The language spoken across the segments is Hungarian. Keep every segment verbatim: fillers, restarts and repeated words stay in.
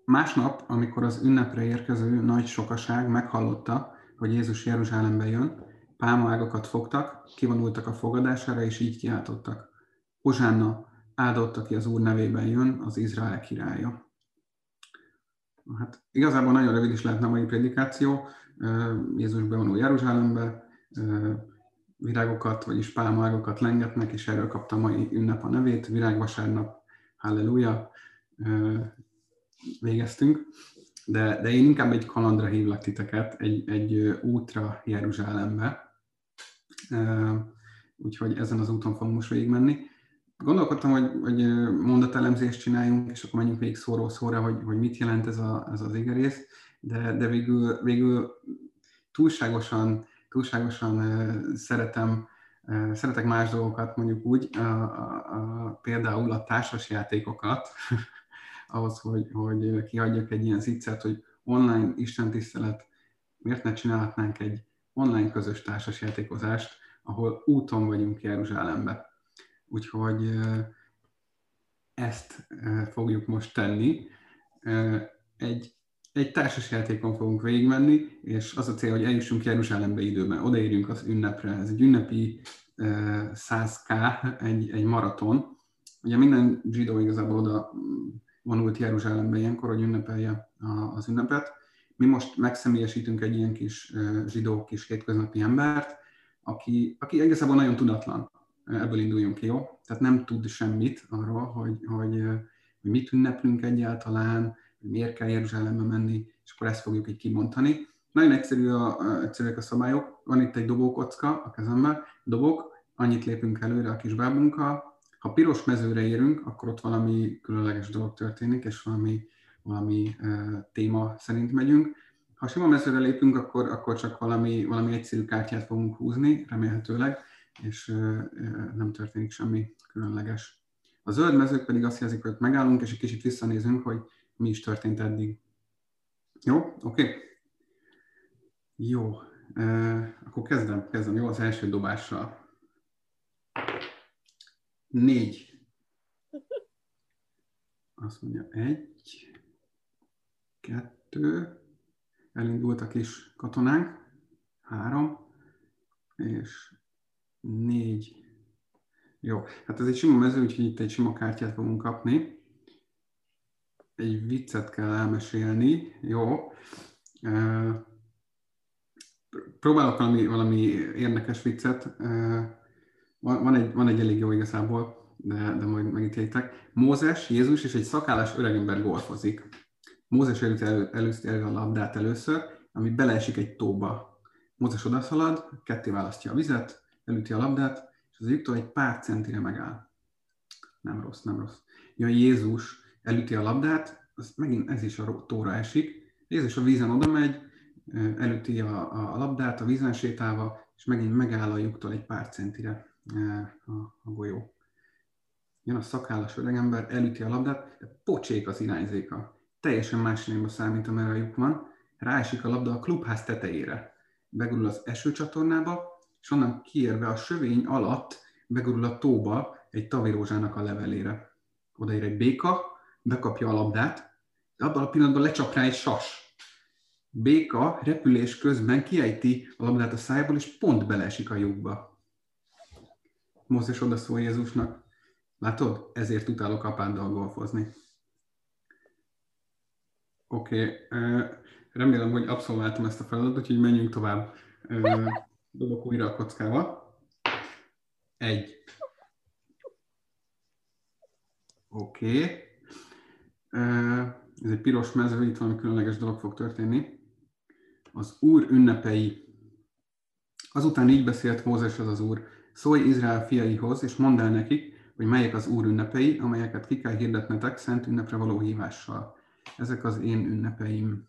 Másnap, amikor az ünnepre érkező nagy sokaság meghallotta, hogy Jézus Jeruzsálembe jön, pálmaágakat fogtak, kivonultak a fogadására, és így kiáltottak: Hozsánna, áldott, aki az Úr nevében jön, az Izrael királya. Hát igazából nagyon rövid is lehetne a mai prédikáció. Jézus bevonul Jeruzsálembe, virágokat, vagyis pálmaágakat lengetnek, és erről kapta a mai ünnep a nevét. Virágvasárnap, halleluja, végeztünk. De, de én inkább egy kalandra hívlak titeket, egy, egy útra Jeruzsálembe. Úgyhogy ezen az úton fogunk most végigmenni. Gondolkodtam, hogy, hogy mondatelemzést csináljunk, és akkor menjünk végig szóról szóra, hogy, hogy mit jelent ez, a, ez az igerész, de, de végül, végül túlságosan, túlságosan szeretem, szeretek más dolgokat, mondjuk úgy, a, a, a, például a társasjátékokat, ahhoz, hogy, hogy kiadjak egy ilyen ziccert, hogy online istentisztelet, miért ne csinálhatnánk egy online közös társasjátékozást, ahol úton vagyunk Jeruzsálembe. Úgyhogy ezt fogjuk most tenni. Egy, egy társasjátékon fogunk végigmenni, és az a cél, hogy eljussunk Jeruzsálembe időben, odaérjünk az ünnepre. Ez egy ünnepi száz ká, egy, egy maraton. Ugye minden zsidó igazából oda vonult Jeruzsálembe ilyenkor, hogy ünnepelje az ünnepet. Mi most megszemélyesítünk egy ilyen kis zsidó, kis hétköznapi embert, aki, aki igazából nagyon tudatlan. Ebből induljunk ki, jó? Tehát nem tud semmit arról, hogy, hogy, hogy mit ünneplünk egyáltalán, hogy miért kell Jeruzsálembe menni, és akkor ezt fogjuk így kimondani. Nagyon egyszerű a, egyszerűek a szabályok. Van itt egy dobókocka a kezemben, dobok, annyit lépünk előre a kis bábunkkal. Ha piros mezőre érünk, akkor ott valami különleges dolog történik, és valami, valami uh, téma szerint megyünk. Ha sima mezőre lépünk, akkor, akkor csak valami, valami egyszerű kártyát fogunk húzni, remélhetőleg, és uh, nem történik semmi különleges. A zöld mezők pedig azt jelzik, hogy megállunk, és egy kicsit visszanézünk, hogy mi is történt eddig. Jó? Oké? Okay. Jó. Uh, akkor kezdem, kezdem. Jó, az első dobással. Négy. Azt mondja, egy, kettő, elindult a kis katonánk, három, és négy. Jó, hát ez egy sima mező, úgyhogy itt egy sima kártyát fogunk kapni. Egy viccet kell elmesélni, jó. Próbálok valami, valami érdekes viccet. Van egy, van egy elég jó igazából, de, de majd megítéljétek. Mózes, Jézus és egy szakállas öregember golfozik. Mózes előtt elő, először elő a labdát először, ami beleesik egy tóba. Mózes odaszalad, ketté választja a vizet, elüti a labdát, és az lyuktól egy pár centire megáll. Nem rossz, nem rossz. Jön Jézus, elüti a labdát, az megint ez is a tóra esik. Jézus a vízen oda megy, elüti a, a labdát a vízen sétálva, és megint megáll a lyuktól egy pár centire a, a golyó. Jön a szakállas öregember, elüti a labdát, de pocsék az irányzéka. Teljesen más irányba száll, mint amerre a lyuk van. Ráesik a labda a klubház tetejére. Begurul az esőcsatornába, és onnan kiérve a sövény alatt begurul a tóba egy tavirózsának a levelére. Odaér egy béka, bekapja a labdát, de abban a pillanatban lecsap rá egy sas. Béka repülés közben kiejti a labdát a szájából, és pont beleesik a lyukba. Mózes odaszól Jézusnak: látod, ezért utálok apáddal golfozni. Oké, okay. Remélem, hogy abszolváltam ezt a feladatot, úgyhogy menjünk tovább. Dobok újra a kockával. Egy. Oké. Okay. Ez egy piros mező, itt valami különleges dolog fog történni. Az Úr ünnepei. Azután így beszélt Mózes az az Úr: szólj Izrael fiaihoz, és mondd el nekik, hogy melyek az Úr ünnepei, amelyeket ki kell hirdetnetek szent ünnepre való hívással. Ezek az én ünnepeim.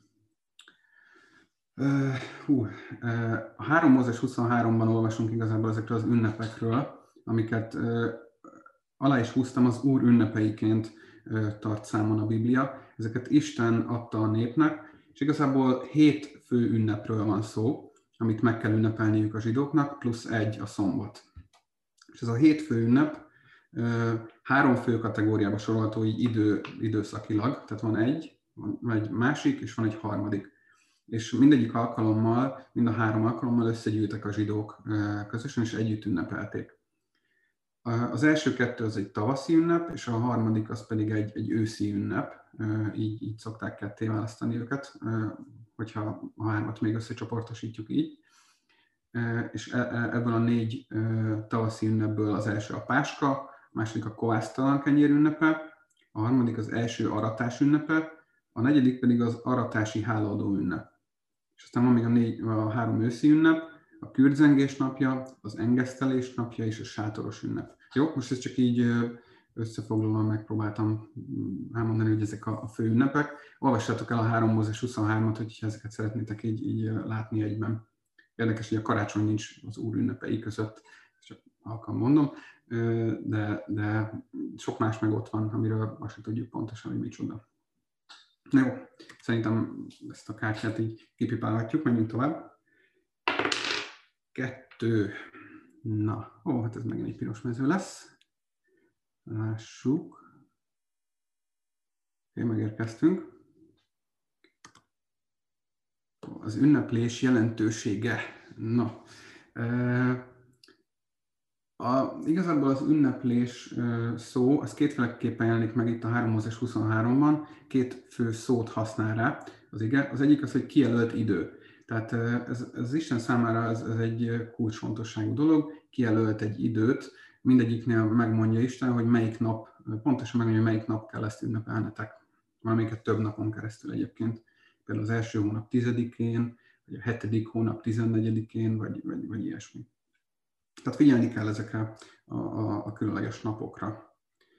Uh, hú, uh, a három Mózes huszonháromban olvasunk igazából ezekről az ünnepekről, amiket uh, alá is húztam, az Úr ünnepeiként uh, tart számon a Biblia. Ezeket Isten adta a népnek, és igazából hét fő ünnepről van szó, amit meg kell ünnepelniük a zsidóknak, plusz egy a szombat. És ez a hét fő ünnep uh, három fő kategóriába sorolható így idő, időszakilag, tehát van egy, van egy másik, és van egy harmadik. És mindegyik alkalommal, mind a három alkalommal összegyűltek a zsidók közösen, és együtt ünnepelték. Az első kettő az egy tavaszi ünnep, és a harmadik az pedig egy, egy őszi ünnep. Így, így szokták ketté választani őket, hogyha a hármat még összecsoportosítjuk így. És ebből a négy tavaszi ünnepből az első a Páska, a második a kovásztalan kenyér ünnepe, a harmadik az első aratás ünnepe, a negyedik pedig az aratási hálaadó ünnep. És aztán van még a, négy, a három őszi ünnep, a kürtzengés napja, az engesztelés napja és a sátoros ünnep. Jó, most ezt csak így összefoglalóan megpróbáltam elmondani, hogy ezek a fő ünnepek. Olvassátok el a három Mózes huszonhármat, hogyha ezeket szeretnétek így, így látni egyben. Érdekes, hogy a karácsony nincs az Úr ünnepei között, csak halkan mondom, de, de sok más meg ott van, amiről azt sem tudjuk pontosan, hogy micsoda. Jó, szerintem ezt a kártyát így kipipálhatjuk, menjünk tovább. Kettő. Na, ó, hát ez megint egy piros mező lesz. Lássuk. Oké, megérkeztünk. Az ünneplés jelentősége. Na, a, igazából az ünneplés szó, az kétféleképpen jelenik meg itt a három Mózes huszonháromban, két fő szót használ rá. Az, ige, az egyik az, hogy kijelölt idő. Tehát ez, ez Isten számára ez, ez egy kulcsfontosságú dolog, kijelölt egy időt, mindegyiknél megmondja Isten, hogy melyik nap, pontosan megmondja, hogy melyik nap kell ezt ünnepelnetek. Valamelyiket több napon keresztül egyébként. Például az első hónap tizedikén, vagy a hetedik hónap tizennegyedikén, vagy, vagy, vagy ilyesmi. Tehát figyelni kell ezekre a, a, a különleges napokra.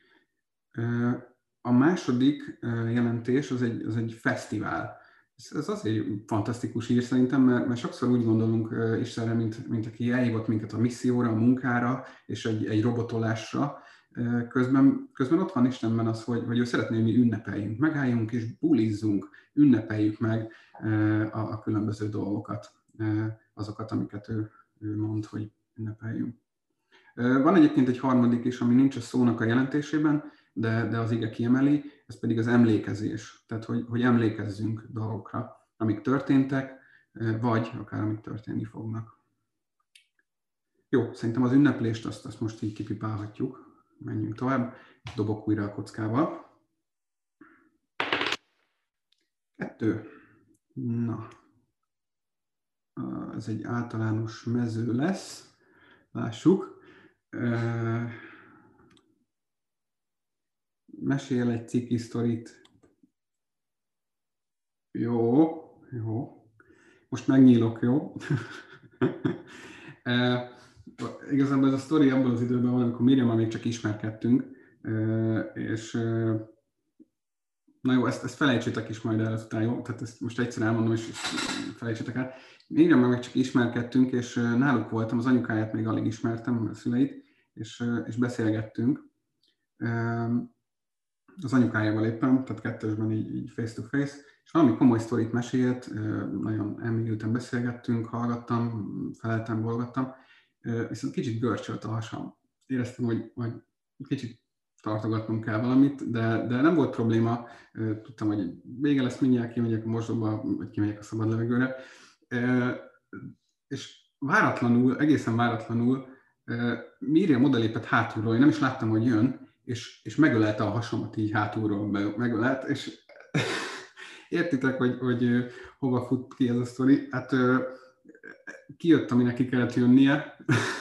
A második jelentés az egy, az egy fesztivál. Ez azért fantasztikus hír szerintem, mert, mert sokszor úgy gondolunk Istenre, mint, mint aki elhívott minket a misszióra, a munkára és egy, egy robotolásra. Közben, közben ott van Istenben az, hogy, hogy ő szeretné, hogy mi ünnepeljünk, megálljunk és bulizzunk, ünnepeljük meg a, a különböző dolgokat, azokat, amiket ő, ő mond, hogy ünnepeljünk. Van egyébként egy harmadik is, ami nincs a szónak a jelentésében, de, de az ige kiemeli, ez pedig az emlékezés. Tehát, hogy, hogy emlékezzünk dolgokra, amik történtek, vagy akár amik történni fognak. Jó, szerintem az ünneplést azt, azt most így kipipálhatjuk. Menjünk tovább, dobok újra a kockával. Kettő. Na, ez egy általános mező lesz. Lássuk. Mesél egy ciki sztorit. Jó, jó. Most megnyílok, jó? e, igazából ez a sztori abban az időben van, amikor Miriammal még csak ismerkedtünk, e, és na jó, ezt, ezt felejtsétek is majd el ezután, jó? Tehát ezt most egyszer elmondom, és felejtsétek el. Miriammal még csak ismerkedtünk, és náluk voltam, az anyukáját még alig ismertem, a szüleit, és, és beszélgettünk. Az anyukájával éppen, tehát kettősben így, így face to face, és valami komoly sztorit mesélt, nagyon elmélyülten beszélgettünk, hallgattam, feleltem, bolgattam, viszont kicsit görcsölt a hasam. Éreztem, hogy, hogy kicsit tartogatnom kell valamit, de, de nem volt probléma, tudtam, hogy vége lesz, mindjárt kimegyek a mosdóba, vagy kimegyek a szabad levegőre, és váratlanul, egészen váratlanul Miriam odalépett hátulról, én nem is láttam, hogy jön, és, és megölelte a hasamat így hátulról, megölelt, és értitek, hogy, hogy hova fut ki ez a sztori? Hát kijött, ami neki kellett jönnie.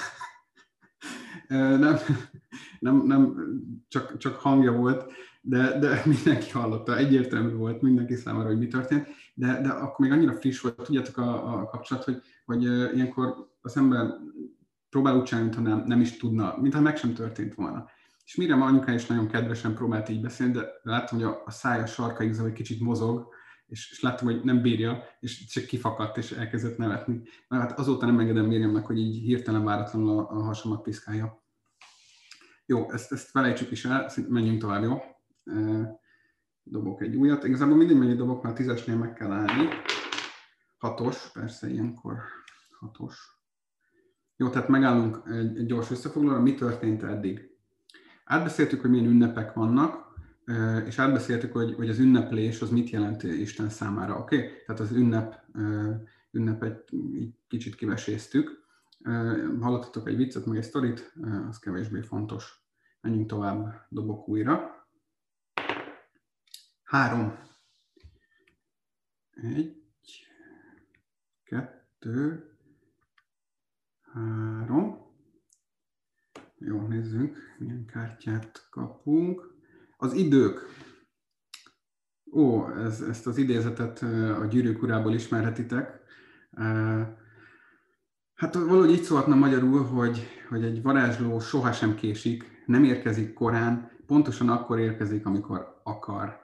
nem, nem, nem csak, csak hangja volt, de, de mindenki hallotta, egyértelmű volt mindenki számára, hogy mi történt, de, de akkor még annyira friss volt, tudjátok a, a kapcsolat, hogy, hogy ilyenkor az ember próbál úgy csinálni, mintha nem, nem is tudna, mintha meg sem történt volna. És Miriam anyukája is nagyon kedvesen próbált így beszélni, de láttam, hogy a, a szája sarkaig egy kicsit mozog, és, és láttam, hogy nem bírja, és csak kifakadt, és elkezdett nevetni. Na, hát azóta nem engedem Miriamnak, hogy így hirtelen váratlanul a, a hasamat piszkálja. Jó, ezt, ezt felejtsük is el, menjünk tovább, jó? Dobok egy újat. Igazából mindig mennyi dobok, mert a tízesnél meg kell állni. Hatos, persze ilyenkor hatos. Jó, tehát megállunk egy, egy gyors összefoglalóra. Mi történt eddig? Átbeszéltük, hogy milyen ünnepek vannak, és átbeszéltük, hogy, hogy az ünneplés az mit jelent Isten számára, oké? Okay? Tehát az ünnep, ünnepet így kicsit kiveséztük. Hallottatok egy viccet, meg egy sztorit, az kevésbé fontos. Menjünk tovább, dobok újra. Három. Egy, kettő, három. Jó, nézzünk, milyen kártyát kapunk. Az idők. Ó, ez, ezt az idézetet a Gyűrűk urából ismerhetitek. Hát valahogy így szólhatna magyarul, hogy, hogy egy varázsló sohasem késik, nem érkezik korán, pontosan akkor érkezik, amikor akar.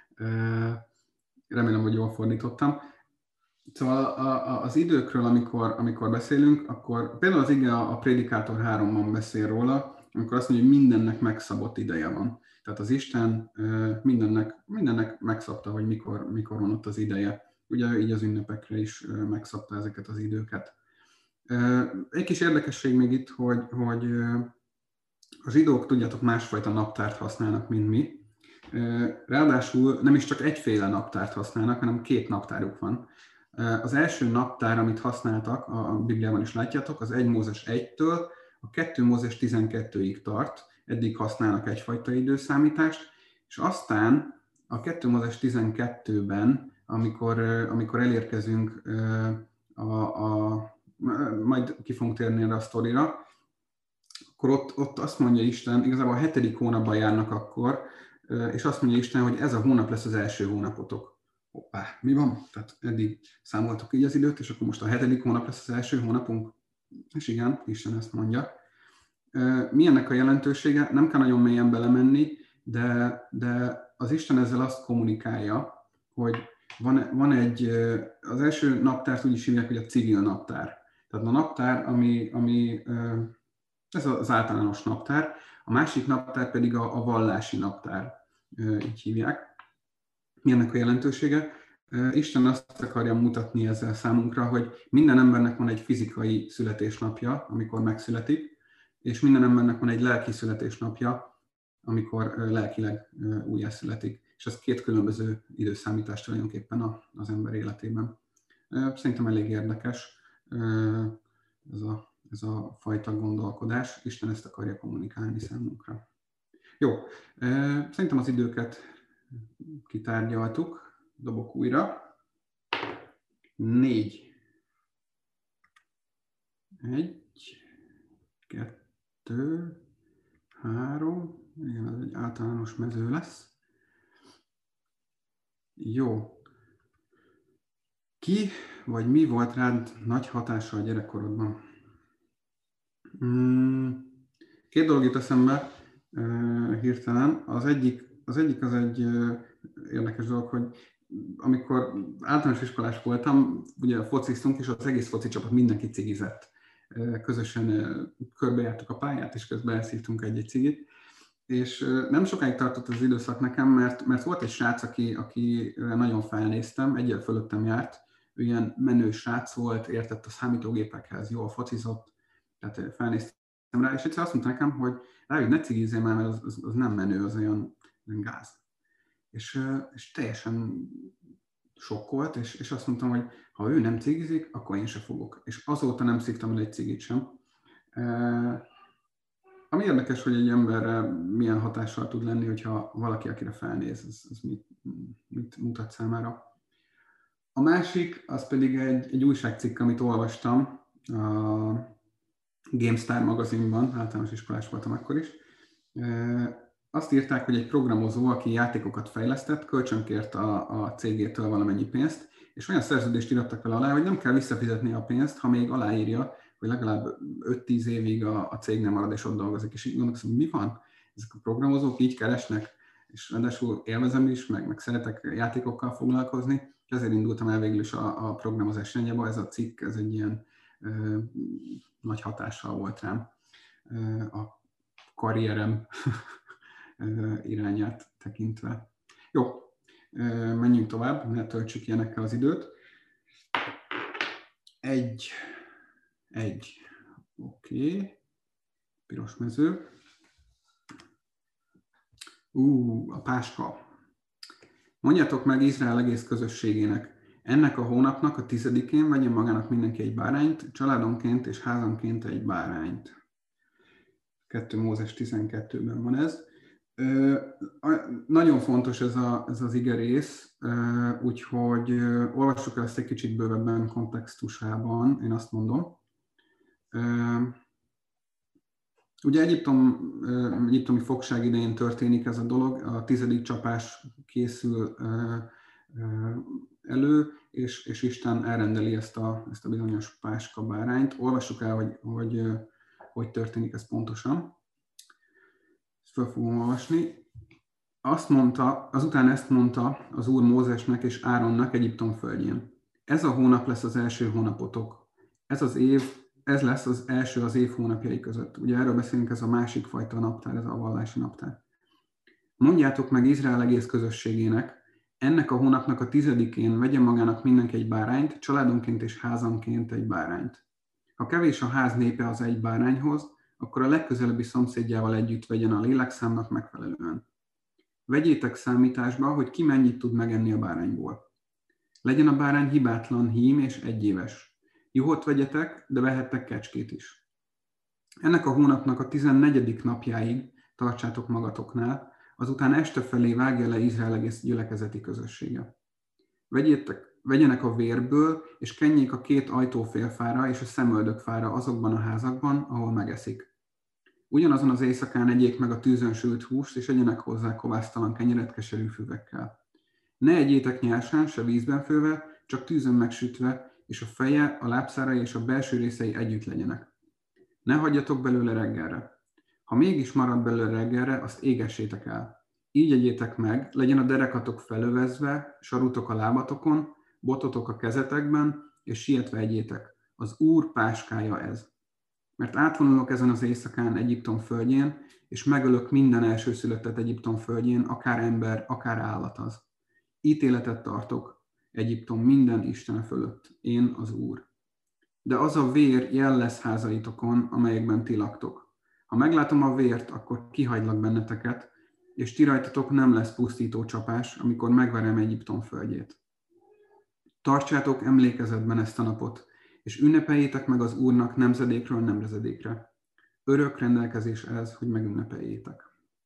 Remélem, hogy jól fordítottam. Szóval a, a, az időkről, amikor, amikor beszélünk, akkor például az ige a Prédikátor háromban beszél róla, amikor azt mondja, hogy mindennek megszabott ideje van. Tehát az Isten mindennek, mindennek megszabta, hogy mikor, mikor van ott az ideje. Ugye így az ünnepekre is megszabta ezeket az időket. Egy kis érdekesség még itt, hogy, hogy a zsidók, tudjátok, másfajta naptárt használnak, mint mi. Ráadásul nem is csak egyféle naptárt használnak, hanem két naptáruk van. Az első naptár, amit használtak, a Bibliában is látjátok, az egy Mózes egytől a kettő Mózes tizenkettőig tart, eddig használnak egyfajta időszámítást, és aztán a kettő Mózes tizenkettőben, amikor, amikor elérkezünk a, a majd ki fogunk térni erre a sztorira, akkor ott, ott azt mondja Isten, igazából a hetedik hónapban járnak akkor, és azt mondja Isten, hogy ez a hónap lesz az első hónapotok. Hoppá, mi van? Tehát eddig számoltuk így az időt, és akkor most a hetedik hónap lesz az első hónapunk? És igen, Isten ezt mondja. Mi ennek a jelentősége? Nem kell nagyon mélyen belemenni, de, de az Isten ezzel azt kommunikálja, hogy van, van egy, az első naptárt úgy is hívják, hogy a civil naptár. Tehát a naptár, ami, ami ez az általános naptár, a másik naptár pedig a, a vallási naptár, így hívják. Mi ennek a jelentősége? Isten azt akarja mutatni ezzel számunkra, hogy minden embernek van egy fizikai születésnapja, amikor megszületik, és minden embernek van egy lelki születésnapja, amikor lelkileg újjászületik. És ez két különböző időszámítás tulajdonképpen az ember életében. Szerintem elég érdekes ez a, ez a fajta gondolkodás. Isten ezt akarja kommunikálni számunkra. Jó, szerintem az időket kitárgyaltuk. Dobok újra. Négy. Egy, kettő, három. Igen, ez egy általános mező lesz. Jó. Ki vagy mi volt rád nagy hatással a gyerekkorodban? Két dolog jut eszembe hirtelen. Az egyik, az egyik az egy érdekes dolog, hogy amikor általános iskolás voltam, ugye fociztunk, és az egész foci csapat mindenki cigizett. Közösen körbejártuk a pályát, és közben elszívtunk egy-egy cigit. És nem sokáig tartott az időszak nekem, mert, mert volt egy srác, aki, aki nagyon felnéztem, egyel fölöttem járt. Ő ilyen menő srác volt, értett a számítógépekhez, jól focizott, tehát felnéztem rá, és egyszer azt mondta nekem, hogy rájöjj, ne cigizzél már, mert az, az, az nem menő, az olyan, olyan gáz. És, és teljesen sokkolt, és, és azt mondtam, hogy ha ő nem cigizik, akkor én se fogok. És azóta nem szívtam el egy cigit sem. Ami érdekes, hogy egy emberre milyen hatással tud lenni, hogyha valaki, akire felnéz, az, az mit, mit mutat számára. A másik, az pedig egy, egy újságcikk, amit olvastam a GameStar magazinban, általános iskolás voltam akkor is. Azt írták, hogy egy programozó, aki játékokat fejlesztett, kölcsönkért a, a cégétől valamennyi pénzt, és olyan szerződést írattak vele alá, hogy nem kell visszafizetni a pénzt, ha még aláírja, hogy legalább öt-tíz évig a, a cég nem marad és ott dolgozik. És így gondolok, hogy mi van? Ezek a programozók így keresnek, és ráadásul élvezem is, meg, meg szeretek játékokkal foglalkozni, és ezért indultam el végül is a, a programozás irányába. Ez a cikk, ez egy ilyen ö, nagy hatással volt rám ö, a karrierem irányát tekintve. Jó, menjünk tovább, ne töltsük ilyenekkel az időt. Egy, egy, oké, okay. Piros mező. Ú, a Páska. Mondjátok meg Izrael egész közösségének, ennek a hónapnak a tizedikén vegyen magának mindenki egy bárányt, családonként és házanként egy bárányt. kettő Mózes tizenkettőben van ez. Ö, nagyon fontos ez, a, ez az igerész, úgyhogy ö, olvassuk el ezt egy kicsit bővebben kontextusában, én azt mondom. Ö, ugye Egyiptom, ö, egyiptomi fogság idején történik ez a dolog, a tizedik csapás készül ö, ö, elő, és, és Isten elrendeli ezt a, ezt a bizonyos páska bárányt. Olvassuk el, hogy hogy, hogy történik ez pontosan. Föl fogom olvasni. Azt mondta, azután ezt mondta az Úr Mózesnek és Áronnak Egyiptom földjén. Ez a hónap lesz az első hónapotok. Ez az év, ez lesz az első az év hónapjai között. Ugye erről beszélünk, ez a másik fajta naptár, ez a vallási naptár. Mondjátok meg Izrael egész közösségének, ennek a hónapnak a tizedikén vegyen magának mindenki egy bárányt, családonként és házanként egy bárányt. Ha kevés a ház népe az egy bárányhoz, akkor a legközelebbi szomszédjával együtt vegyen a lélekszámnak megfelelően. Vegyétek számításba, hogy ki mennyit tud megenni a bárányból. Legyen a bárány hibátlan, hím és egyéves. Juhot vegyetek, de vehettek kecskét is. Ennek a hónapnak a tizennegyedik napjáig tartsátok magatoknál, azután este felé vágja le Izrael egész gyülekezeti közössége. Vegyétek, vegyenek a vérből, és kenjék a két ajtófélfára és a szemöldökfára azokban a házakban, ahol megeszik. Ugyanazon az éjszakán egyék meg a tűzön sült húst, és egyenek hozzá kovásztalan kenyeret keserű füvekkel. Ne egyétek nyársán, se vízben főve, csak tűzön megsütve, és a feje, a lábszárai és a belső részei együtt legyenek. Ne hagyjatok belőle reggelre. Ha mégis marad belőle reggelre, azt égessétek el. Így egyétek meg, legyen a derekatok felövezve, sarutok a lábatokon, bototok a kezetekben, és sietve egyétek. Az Úr páskája ez. Mert átvonulok ezen az éjszakán Egyiptom földjén, és megölök minden elsőszülöttet Egyiptom földjén, akár ember, akár állat az. Ítéletet tartok Egyiptom minden istene fölött. Én az Úr. De az a vér jel lesz házaitokon, amelyekben ti laktok. Ha meglátom a vért, akkor kihagylak benneteket, és ti rajtatok nem lesz pusztító csapás, amikor megverem Egyiptom földjét. Tartsátok emlékezetben ezt a napot, és ünnepeljétek meg az Úrnak nemzedékről nemzedékre. Örök rendelkezés ez, hogy megünnepeljétek.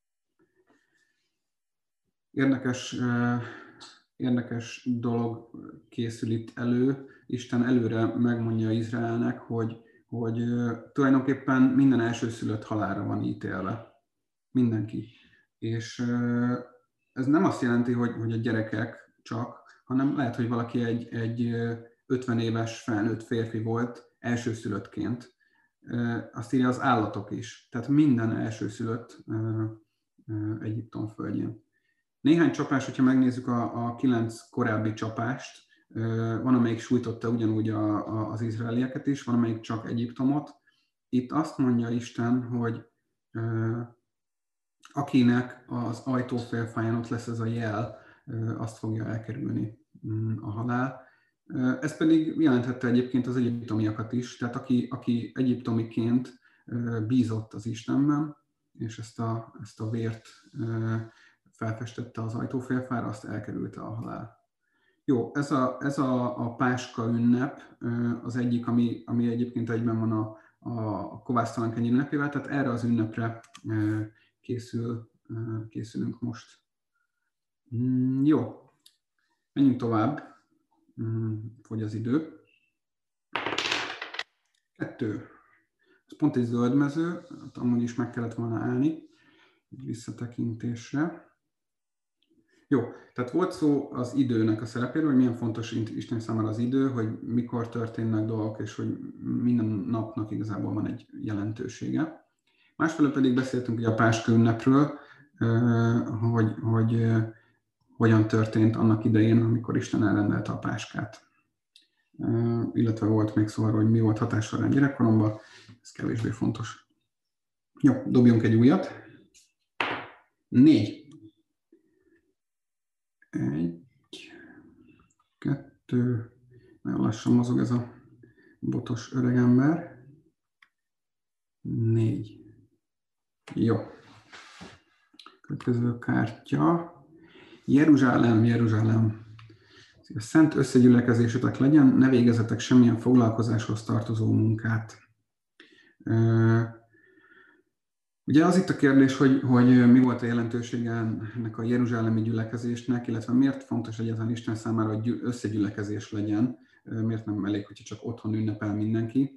Érdekes, érdekes dolog készül itt elő. Isten előre megmondja Izraelnek, hogy, hogy tulajdonképpen minden elsőszülött halálra van ítélve. Mindenki. És ez nem azt jelenti, hogy, hogy a gyerekek csak, hanem lehet, hogy valaki egy, egy ötven éves felnőtt férfi volt elsőszülöttként. Azt írja az állatok is. Tehát minden elsőszülött Egyiptom földjén. Néhány csapás, hogyha megnézzük a, a kilenc korábbi csapást, van, amelyik sújtotta ugyanúgy a, a, az izraelieket is, van, amelyik csak Egyiptomot. Itt azt mondja Isten, hogy akinek az ajtófélfáján ott lesz ez a jel, azt fogja elkerülni a halál. Ez pedig jelenthette egyébként az egyiptomiakat is, tehát aki, aki egyiptomiként bízott az Istenben, és ezt a, ezt a vért felfestette az ajtófélfára, azt elkerülte a halál. Jó, ez a, ez a, a Páska ünnep az egyik, ami, ami egyébként egyben van a, a kovásztalan kenyér ünnepével, tehát erre az ünnepre készül, készülünk most. Jó, menjünk tovább. Fogy az idő. Kettő. Ez pont egy zöld mező, amúgy is meg kellett volna állni, egy visszatekintésre. Jó, tehát volt szó az időnek a szerepéről, hogy milyen fontos Isten számára az idő, hogy mikor történnek dolgok, és hogy minden napnak igazából van egy jelentősége. Másfelől pedig beszéltünk ugye a Páska ünnepről, hogy, hogy hogyan történt annak idején, amikor Isten elrendelte a Páskát. Illetve volt még szó arról, hogy mi volt hatással rám gyerekkoromban, ez kevésbé fontos. Jó, dobjunk egy újat. Négy. Egy, kettő, nagyon lassan mozog ez a botos öregember. Négy. Jó. Következő kártya. Jeruzsálem, Jeruzsálem. A szent összegyülekezésetek legyen, ne végezetek semmilyen foglalkozáshoz tartozó munkát. Ugye az itt a kérdés, hogy, hogy mi volt a jelentősége ennek a jeruzsálemi gyülekezésnek, illetve miért fontos egyáltalán Isten számára, hogy összegyülekezés legyen, miért nem elég, hogyha csak otthon ünnepel mindenki.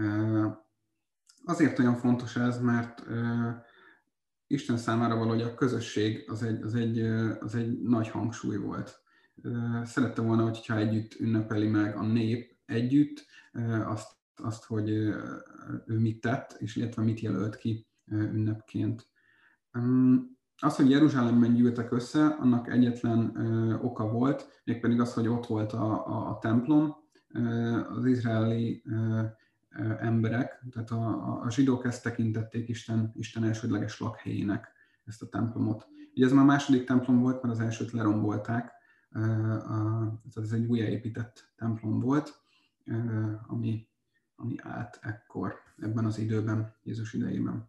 Azért olyan fontos ez, mert Isten számára valahogy a közösség az egy, az egy, az egy nagy hangsúly volt. Szerette volna, hogyha együtt ünnepeli meg a nép együtt azt, azt hogy ő mit tett, és illetve mit jelölt ki ünnepként. Az, hogy Jeruzsálemben gyűltek össze, annak egyetlen oka volt, mégpedig az, hogy ott volt a, a, a templom, az izraeli emberek, tehát a, a zsidók ezt tekintették Isten, Isten elsődleges lakhelyének, ezt a templomot. Ugye ez már a második templom volt, mert az elsőt lerombolták, ez egy újjáépített templom volt, ami, ami állt ekkor, ebben az időben, Jézus idejében.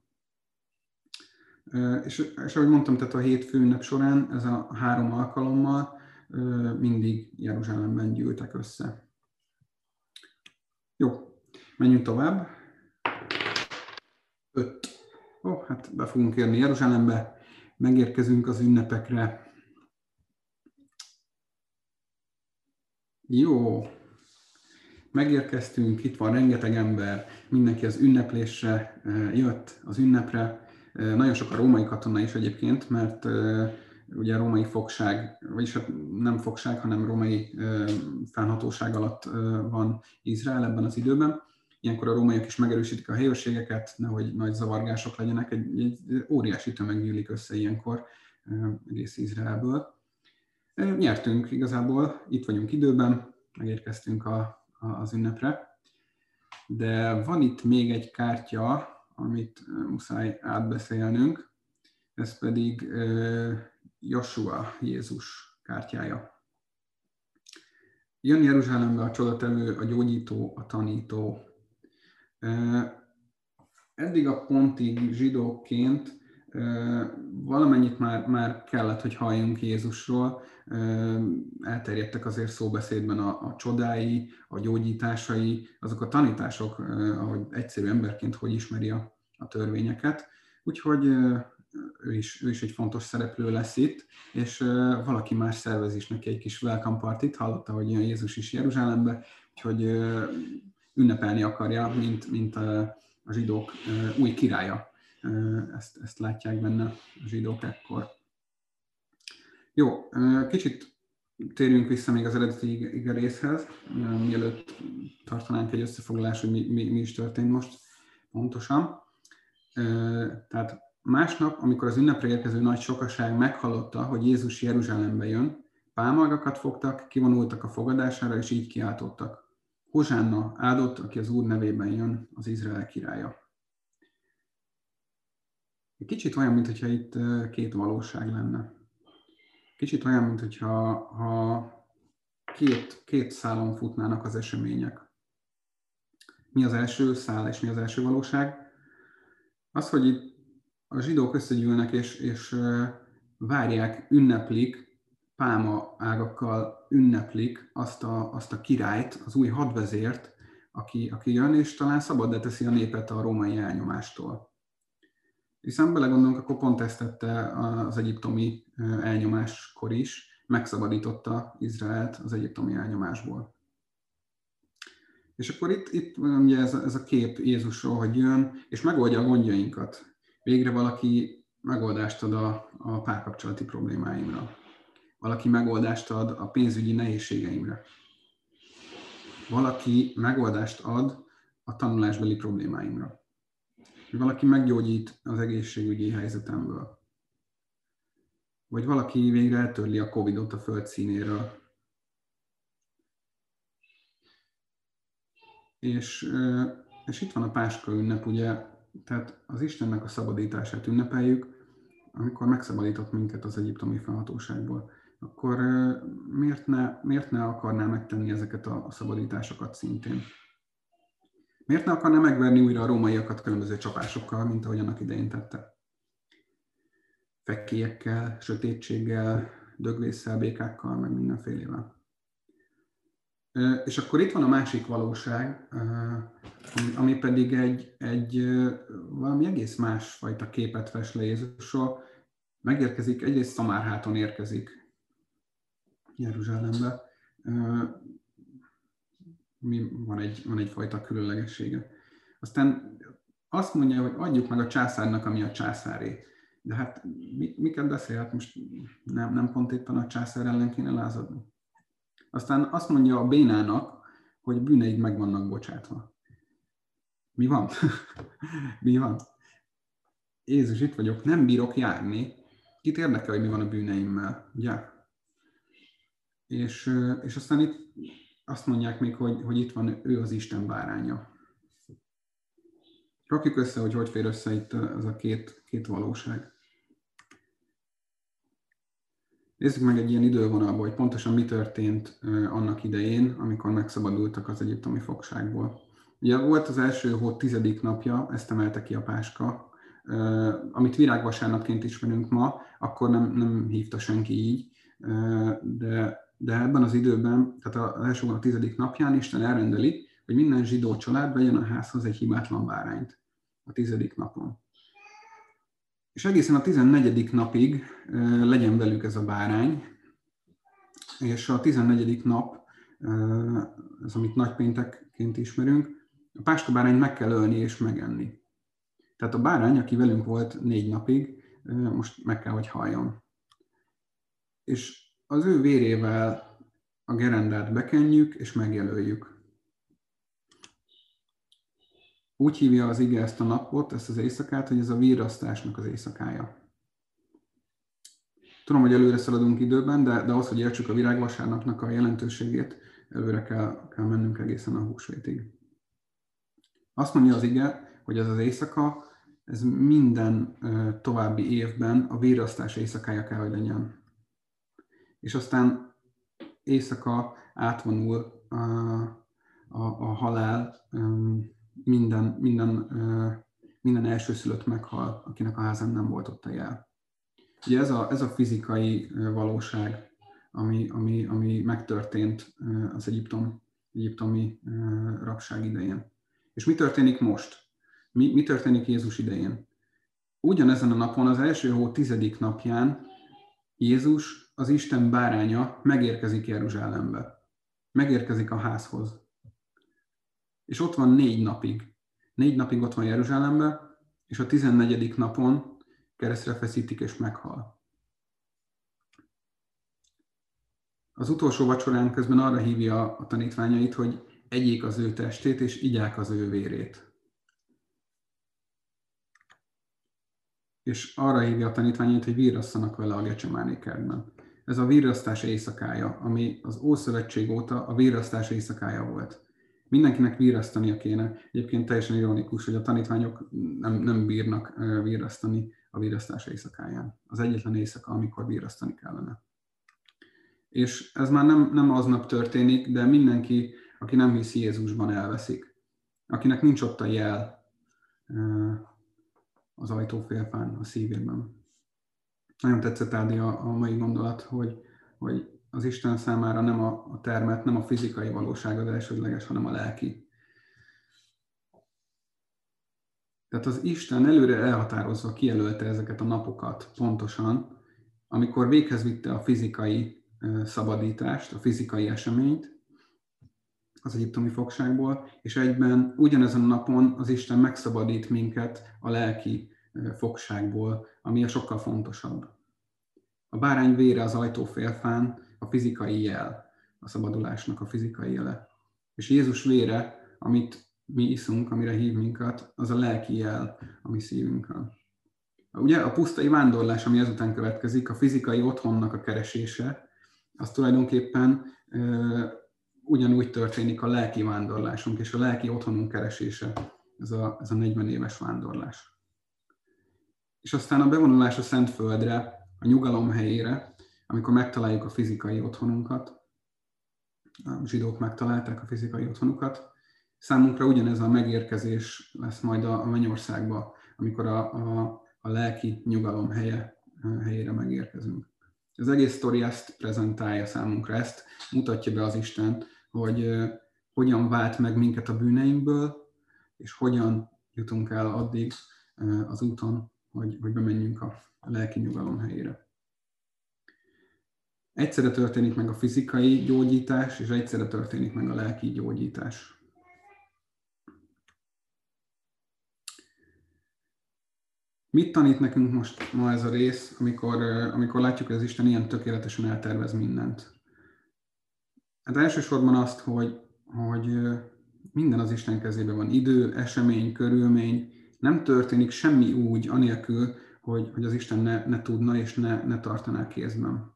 És, és ahogy mondtam, tehát a hét főünnep során ez a három alkalommal mindig Jeruzsálemben gyűltek össze. Jó, menjünk tovább. Öt. Ó, oh, hát be fogunk érni Jeruzsálembe, megérkezünk az ünnepekre. Jó, megérkeztünk, itt van rengeteg ember, mindenki az ünneplésre jött, az ünnepre. Nagyon sok a római katona is egyébként, mert ugye a római fogság, vagyis nem fogság, hanem római fennhatóság alatt van Izrael ebben az időben. Ilyenkor a rómaiak is megerősítik a helyőrségeket, nehogy nagy zavargások legyenek. Egy, egy óriási tömeg gyűlik össze ilyenkor egész Izraelből. Nyertünk igazából, itt vagyunk időben, megérkeztünk a, a, az ünnepre. De van itt még egy kártya, amit muszáj átbeszélnünk, ez pedig Josua, Jézus kártyája. Jön Jeruzsálembe a csodatevő, a gyógyító, a tanító. Eddig a pontig zsidókként valamennyit már, már kellett, hogy halljunk Jézusról. Elterjedtek azért szóbeszédben a, a csodái, a gyógyításai, azok a tanítások, ahogy egyszerű emberként hogy ismeri a, a törvényeket. Úgyhogy ő is, ő is egy fontos szereplő lesz itt, és valaki más szervez is neki egy kis welcome partit, hallotta, hogy jön Jézus is Jeruzsálembe, úgyhogy ünnepelni akarja, mint, mint a, a zsidók új királya. Ezt, ezt látják benne a zsidók ekkor. Jó, kicsit térjünk vissza még az eredeti ige részhez, mielőtt tartanánk egy összefoglalást, hogy mi, mi, mi is történt most pontosan. Tehát másnap, amikor az ünnepre érkező nagy sokaság meghallotta, hogy Jézus Jeruzsálembe jön, pálmagakat fogtak, kivonultak a fogadására, és így kiáltottak. Hozsánna, áldott, aki az Úr nevében jön, az Izrael királya. Kicsit olyan, mintha itt két valóság lenne. Kicsit olyan, mintha ha két, két szálon futnának az események. Mi az első szál és mi az első valóság? Az, hogy itt a zsidók összegyűlnek és, és várják, ünneplik, pálma ágakkal ünneplik azt a, azt a királyt, az új hadvezért, aki, aki jön, és talán szabaddá teszi a népet a római elnyomástól. Hiszen belegondolunk, akkor pont ezt tette az egyiptomi elnyomáskor is, megszabadította Izraelt az egyiptomi elnyomásból. És akkor itt, itt ugye ez, a, ez a kép Jézusról, hogy jön, és megoldja a gondjainkat. Végre valaki megoldást ad a, a párkapcsolati problémáimra. Valaki megoldást ad a pénzügyi nehézségeimre. Valaki megoldást ad a tanulásbeli problémáimra. Valaki meggyógyít az egészségügyi helyzetemből. Vagy valaki végre eltörli a Covidot a föld színéről. És, és itt van a Páska ünnep, ugye, tehát az Istennek a szabadítását ünnepeljük, amikor megszabadított minket az egyiptomi fennhatóságból. Akkor miért ne, miért ne akarná megtenni ezeket a szabadításokat szintén? Miért ne akarná megverni újra a rómaiakat különböző csapásokkal, mint ahogy annak idején tette? fekélyekkel, sötétséggel, dögvésszel, békákkal, meg mindenfélével. És akkor itt van a másik valóság, ami, ami pedig egy, egy valami egész másfajta képet fest le Jézusról. Megérkezik, egyrészt Szamárháton érkezik Jeruzsálembe. Van, egy, van egyfajta különlegessége. Aztán azt mondja, hogy adjuk meg a császárnak, ami a császáré. De hát miket beszélhet most? Nem, nem pont éppen a császár ellen kéne lázadni. Aztán azt mondja a bénának, hogy bűneid meg vannak bocsátva. Mi van? Mi van? Jézus, itt vagyok, nem bírok járni. Kit érdekel, hogy mi van a bűneimmel, ugye? És, és aztán itt azt mondják még, hogy, hogy itt van ő az Isten báránya. Rakjuk össze, hogy hogy fér össze itt ez a két, két valóság. Nézzük meg egy ilyen idővonalban, hogy pontosan mi történt annak idején, amikor megszabadultak az egyiptomi fogságból. Ugye volt az első hó tizedik napja, ezt emelte ki a Páska, amit virágvasárnapként ismerünk ma, akkor nem, nem hívta senki így, de, de ebben az időben, tehát az első hó tizedik napján Isten elrendeli, hogy minden zsidó család vegyen a házhoz egy hibátlan bárányt a tizedik napon. És egészen a tizennegyedik napig legyen velük ez a bárány, és a tizennegyedik nap, ez amit nagypéntekként ismerünk, a páskabárányt meg kell ölni és megenni. Tehát a bárány, aki velünk volt négy napig, most meg kell, hogy halljon. És az ő vérével a gerendát bekenjük és megjelöljük. Úgy hívja az ige ezt a napot, ezt az éjszakát, hogy ez a virrasztásnak az éjszakája. Tudom, hogy előre szaladunk időben, de, de ahhoz, hogy értsük a virágvasárnapnak a jelentőségét, előre kell, kell mennünk egészen a húsvétig. Azt mondja az ige, hogy ez az éjszaka, ez minden uh, további évben a virrasztás éjszakája kell, hogy legyen. És aztán éjszaka átvonul uh, a, a halál, um, Minden, minden, minden elsőszülött meghal, akinek a házán nem volt ott a jel. Ugye ez a, ez a fizikai valóság, ami, ami, ami megtörtént az Egyiptom, egyiptomi rabság idején. És mi történik most? Mi, mi történik Jézus idején? Ugyanezen a napon, az első hó tizedik napján Jézus, az Isten báránya megérkezik Jeruzsálembe. Megérkezik a házhoz. És ott van négy napig. Négy napig ott van Jeruzsálemben, és a tizennegyedik napon keresztre feszítik és meghal. Az utolsó vacsorán közben arra hívja a tanítványait, hogy egyék az ő testét, és igyák az ő vérét. És arra hívja a tanítványait, hogy virrasszanak vele a Gecsemáné kertben. Ez a virrasztás éjszakája, ami az Ószövetség óta a virrasztás éjszakája volt. Mindenkinek virrasztania kéne. Egyébként teljesen ironikus, hogy a tanítványok nem, nem bírnak virrasztani a virrasztás éjszakáján. Az egyetlen éjszaka, amikor virrasztani kellene. És ez már nem, nem aznap történik, de mindenki, aki nem hisz Jézusban, elveszik. Akinek nincs ott a jel az ajtófélfán a szívében. Nagyon tetszett, Ádi, a, a mai gondolat, hogy, hogy az Isten számára nem a, a termet, nem a fizikai valóság az elsődleges, hanem a lelki. Tehát az Isten előre elhatározva kijelölte ezeket a napokat pontosan, amikor véghez vitte a fizikai szabadítást, a fizikai eseményt az egyiptomi fogságból, és egyben ugyanezen a napon az Isten megszabadít minket a lelki fogságból, ami a sokkal fontosabb. A bárány vére az ajtófélfán a fizikai jel, a szabadulásnak a fizikai jele. És Jézus vére, amit mi iszunk, amire hív minket, az a lelki jel a mi szívünkön. Ugye a pusztai vándorlás, ami ezután következik, a fizikai otthonnak a keresése, az tulajdonképpen ö, ugyanúgy történik a lelki vándorlásunk és a lelki otthonunk keresése, ez a, ez a negyven éves vándorlás. És aztán a bevonulás a Szentföldre, a nyugalom helyére, amikor megtaláljuk a fizikai otthonunkat, a zsidók megtalálták a fizikai otthonukat, számunkra ugyanez a megérkezés lesz majd a mennyországba, amikor a, a, a lelki nyugalom helye helyére megérkezünk. Az egész sztori ezt prezentálja számunkra, ezt mutatja be az Isten, hogy hogyan vált meg minket a bűneinkből, és hogyan jutunk el addig az úton, hogy, hogy bemenjünk a lelki nyugalom helyére. Egyszerre történik meg a fizikai gyógyítás, és egyszerre történik meg a lelki gyógyítás. Mit tanít nekünk most ma ez a rész, amikor, amikor látjuk, hogy az Isten ilyen tökéletesen eltervez mindent? Hát elsősorban azt, hogy, hogy minden az Isten kezében van. Idő, esemény, körülmény. Nem történik semmi úgy, anélkül, hogy, hogy az Isten ne, ne tudna és ne, ne tartaná kézben.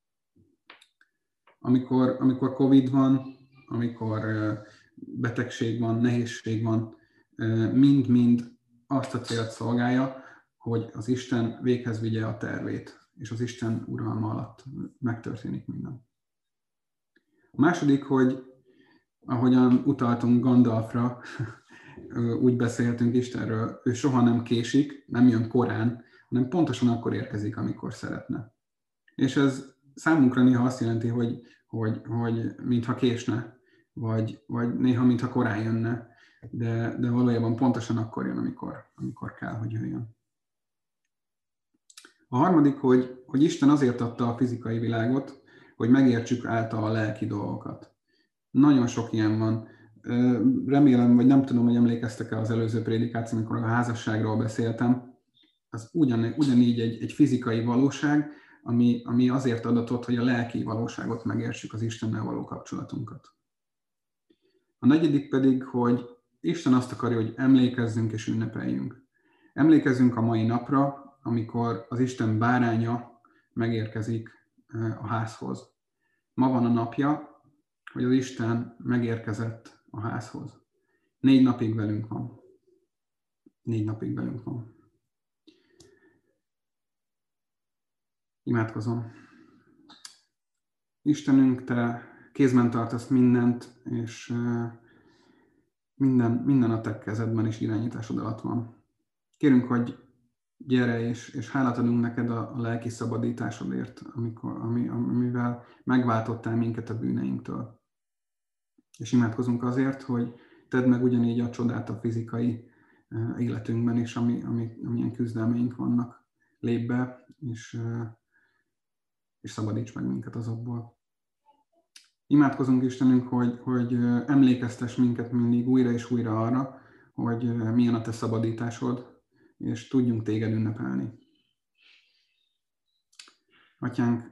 Amikor, amikor Covid van, amikor betegség van, nehézség van, mind-mind azt a célt szolgálja, hogy az Isten véghez vigye a tervét, és az Isten uralma alatt megtörténik minden. A második, hogy ahogyan utaltunk Gandalfra, úgy beszéltünk Istenről, ő soha nem késik, nem jön korán, hanem pontosan akkor érkezik, amikor szeretne. És ez számunkra néha azt jelenti, hogy, hogy, hogy mintha késne, vagy, vagy néha mintha korán jönne, de, de valójában pontosan akkor jön, amikor, amikor kell, hogy jöjjön. A harmadik, hogy, hogy Isten azért adta a fizikai világot, hogy megértsük által a lelki dolgokat. Nagyon sok ilyen van. Remélem, vagy nem tudom, hogy emlékeztek-e az előző prédikáció, amikor a házasságról beszéltem. Az ugyan, ugyanígy egy, egy fizikai valóság, ami, ami azért adatott, hogy a lelki valóságot megértsük, az Istennel való kapcsolatunkat. A negyedik pedig, hogy Isten azt akarja, hogy emlékezzünk és ünnepeljünk. Emlékezzünk a mai napra, amikor az Isten báránya megérkezik a házhoz. Ma van a napja, hogy az Isten megérkezett a házhoz. Négy napig velünk van. Négy napig velünk van. Imádkozom. Istenünk, Te kézben tartasz mindent, és minden, minden a Te kezedben és irányításod alatt van. Kérünk, hogy gyere, és, és hálát adunk neked a, a lelki szabadításodért, amikor, ami, amivel megváltottál minket a bűneinktől. És imádkozunk azért, hogy tedd meg ugyanígy a csodát a fizikai életünkben is, ami, ami, amilyen küzdelmeink vannak. Lépj be, és, és szabadíts meg minket azokból. Imádkozunk Istenünk, hogy, hogy emlékeztess minket mindig újra és újra arra, hogy milyen a Te szabadításod, és tudjunk Téged ünnepelni. Atyánk,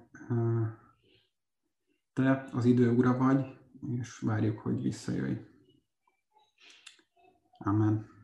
Te az idő ura vagy, és várjuk, hogy visszajöjj. Amen.